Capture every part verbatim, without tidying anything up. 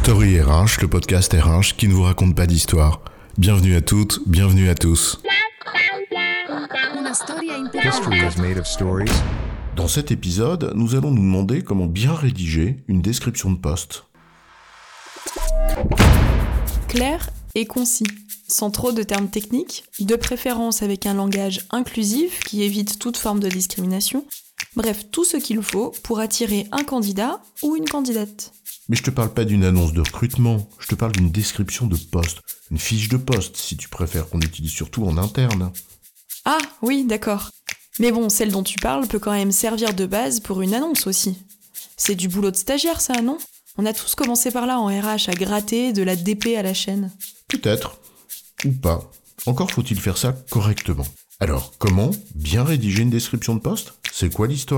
Story R H, le podcast R H qui ne vous raconte pas d'histoire. Bienvenue à toutes, bienvenue à tous. History is made of stories. Dans cet épisode, nous allons nous demander comment bien rédiger une description de poste. Clair et concis, sans trop de termes techniques, de préférence avec un langage inclusif qui évite toute forme de discrimination, bref, tout ce qu'il faut pour attirer un candidat ou une candidate. Mais je te parle pas d'une annonce de recrutement, je te parle d'une description de poste, une fiche de poste si tu préfères, qu'on utilise surtout en interne. Ah oui, d'accord. Mais bon, celle dont tu parles peut quand même servir de base pour une annonce aussi. C'est du boulot de stagiaire ça, non ? On a tous commencé par là en R H à gratter de la D P à la chaîne. Peut-être, ou pas. Encore faut-il faire ça correctement. Alors, comment bien rédiger une description de poste ? C'est quoi l'histoire ?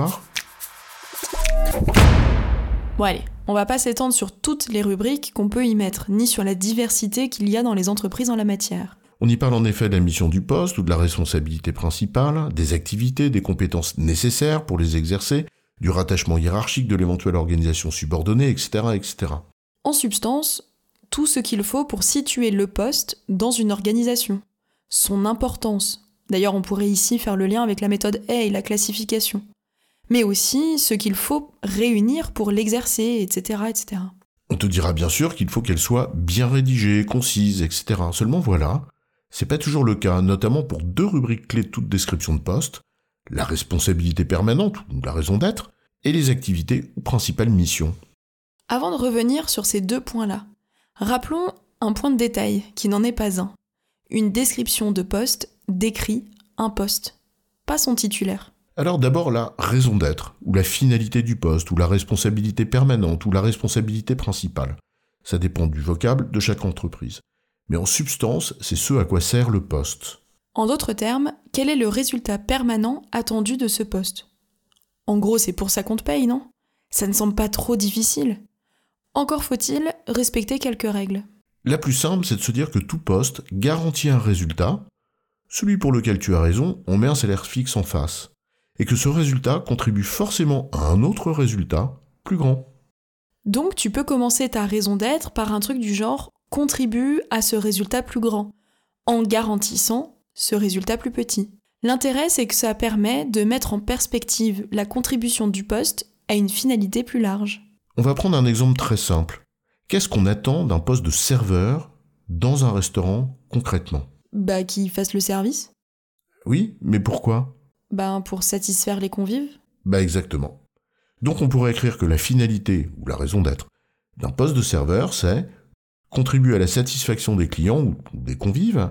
Bon allez, on va pas s'étendre sur toutes les rubriques qu'on peut y mettre, ni sur la diversité qu'il y a dans les entreprises en la matière. On y parle en effet de la mission du poste ou de la responsabilité principale, des activités, des compétences nécessaires pour les exercer, du rattachement hiérarchique de l'éventuelle organisation subordonnée, et cetera, et cetera. En substance, tout ce qu'il faut pour situer le poste dans une organisation. Son importance. D'ailleurs, on pourrait ici faire le lien avec la méthode Hay et la classification. Mais aussi ce qu'il faut réunir pour l'exercer, et cetera, et cetera. On te dira bien sûr qu'il faut qu'elle soit bien rédigée, concise, et cetera. Seulement voilà, c'est pas toujours le cas, notamment pour deux rubriques clés de toute description de poste, la responsabilité permanente, ou la raison d'être, et les activités ou principales missions. Avant de revenir sur ces deux points-là, rappelons un point de détail qui n'en est pas un. Une description de poste décrit un poste, pas son titulaire. Alors d'abord la raison d'être, ou la finalité du poste, ou la responsabilité permanente, ou la responsabilité principale. Ça dépend du vocable de chaque entreprise. Mais en substance, c'est ce à quoi sert le poste. En d'autres termes, quel est le résultat permanent attendu de ce poste ? En gros, c'est pour ça qu'on te paye, non ? Ça ne semble pas trop difficile. Encore faut-il respecter quelques règles. La plus simple, c'est de se dire que tout poste garantit un résultat. Celui pour lequel tu as raison, on met un salaire fixe en face. Et que ce résultat contribue forcément à un autre résultat plus grand. Donc tu peux commencer ta raison d'être par un truc du genre « contribue à ce résultat plus grand », en garantissant ce résultat plus petit. L'intérêt, c'est que ça permet de mettre en perspective la contribution du poste à une finalité plus large. On va prendre un exemple très simple. Qu'est-ce qu'on attend d'un poste de serveur dans un restaurant concrètement ? Bah qu'il fasse le service. Oui, mais pourquoi ? Ben pour satisfaire les convives. Bah exactement. Donc on pourrait écrire que la finalité, ou la raison d'être, d'un poste de serveur, c'est contribuer à la satisfaction des clients ou des convives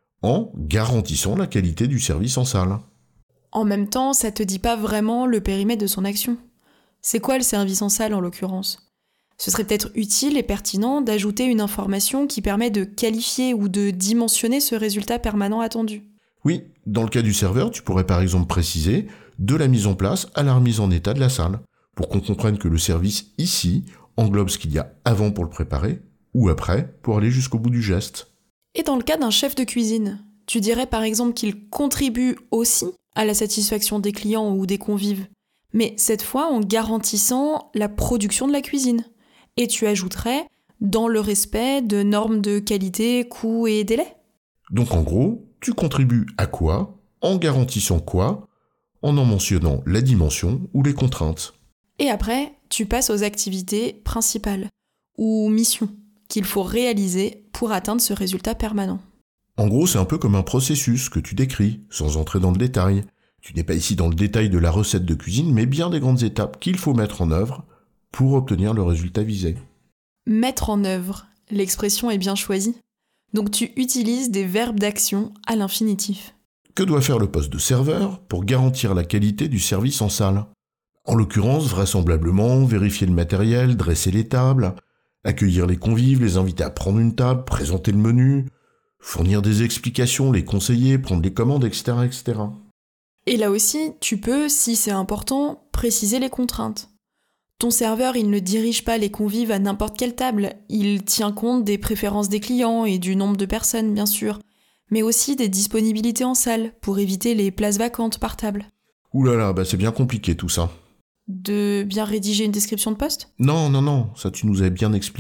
en garantissant la qualité du service en salle. En même temps, ça te dit pas vraiment le périmètre de son action. C'est quoi le service en salle en l'occurrence ? Ce serait peut-être utile et pertinent d'ajouter une information qui permet de qualifier ou de dimensionner ce résultat permanent attendu. Oui, dans le cas du serveur, tu pourrais par exemple préciser de la mise en place à la remise en état de la salle, pour qu'on comprenne que le service ici englobe ce qu'il y a avant pour le préparer, ou après pour aller jusqu'au bout du geste. Et dans le cas d'un chef de cuisine, tu dirais par exemple qu'il contribue aussi à la satisfaction des clients ou des convives, mais cette fois en garantissant la production de la cuisine. Et tu ajouterais dans le respect de normes de qualité, coût et délai. Donc en gros, tu contribues à quoi, en garantissant quoi, en en mentionnant la dimension ou les contraintes. Et après, tu passes aux activités principales, ou missions, qu'il faut réaliser pour atteindre ce résultat permanent. En gros, c'est un peu comme un processus que tu décris, sans entrer dans le détail. Tu n'es pas ici dans le détail de la recette de cuisine, mais bien des grandes étapes qu'il faut mettre en œuvre pour obtenir le résultat visé. Mettre en œuvre, l'expression est bien choisie. Donc tu utilises des verbes d'action à l'infinitif. Que doit faire le poste de serveur pour garantir la qualité du service en salle ? En l'occurrence, vraisemblablement, vérifier le matériel, dresser les tables, accueillir les convives, les inviter à prendre une table, présenter le menu, fournir des explications, les conseiller, prendre les commandes, et cetera, et cetera. Et là aussi, tu peux, si c'est important, préciser les contraintes. Ton serveur, il ne dirige pas les convives à n'importe quelle table. Il tient compte des préférences des clients et du nombre de personnes, bien sûr, mais aussi des disponibilités en salle pour éviter les places vacantes par table. Ouh là là, bah c'est bien compliqué tout ça. De bien rédiger une description de poste ? Non, non, non, ça tu nous as bien expliqué.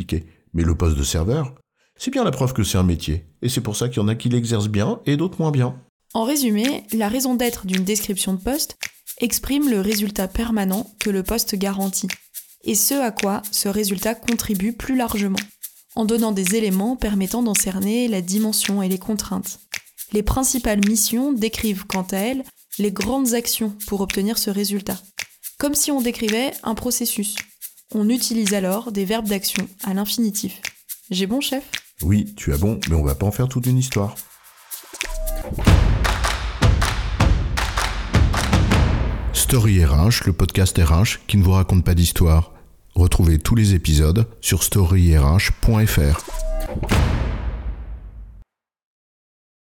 Mais le poste de serveur, c'est bien la preuve que c'est un métier, et c'est pour ça qu'il y en a qui l'exercent bien et d'autres moins bien. En résumé, la raison d'être d'une description de poste exprime le résultat permanent que le poste garantit, et ce à quoi ce résultat contribue plus largement, en donnant des éléments permettant d'en cerner la dimension et les contraintes. Les principales missions décrivent quant à elles les grandes actions pour obtenir ce résultat, comme si on décrivait un processus. On utilise alors des verbes d'action à l'infinitif. J'ai bon, chef ? Oui, tu as bon, mais on va pas en faire toute une histoire. Story R H, le podcast R H qui ne vous raconte pas d'histoire. Retrouvez tous les épisodes sur story r h point f r.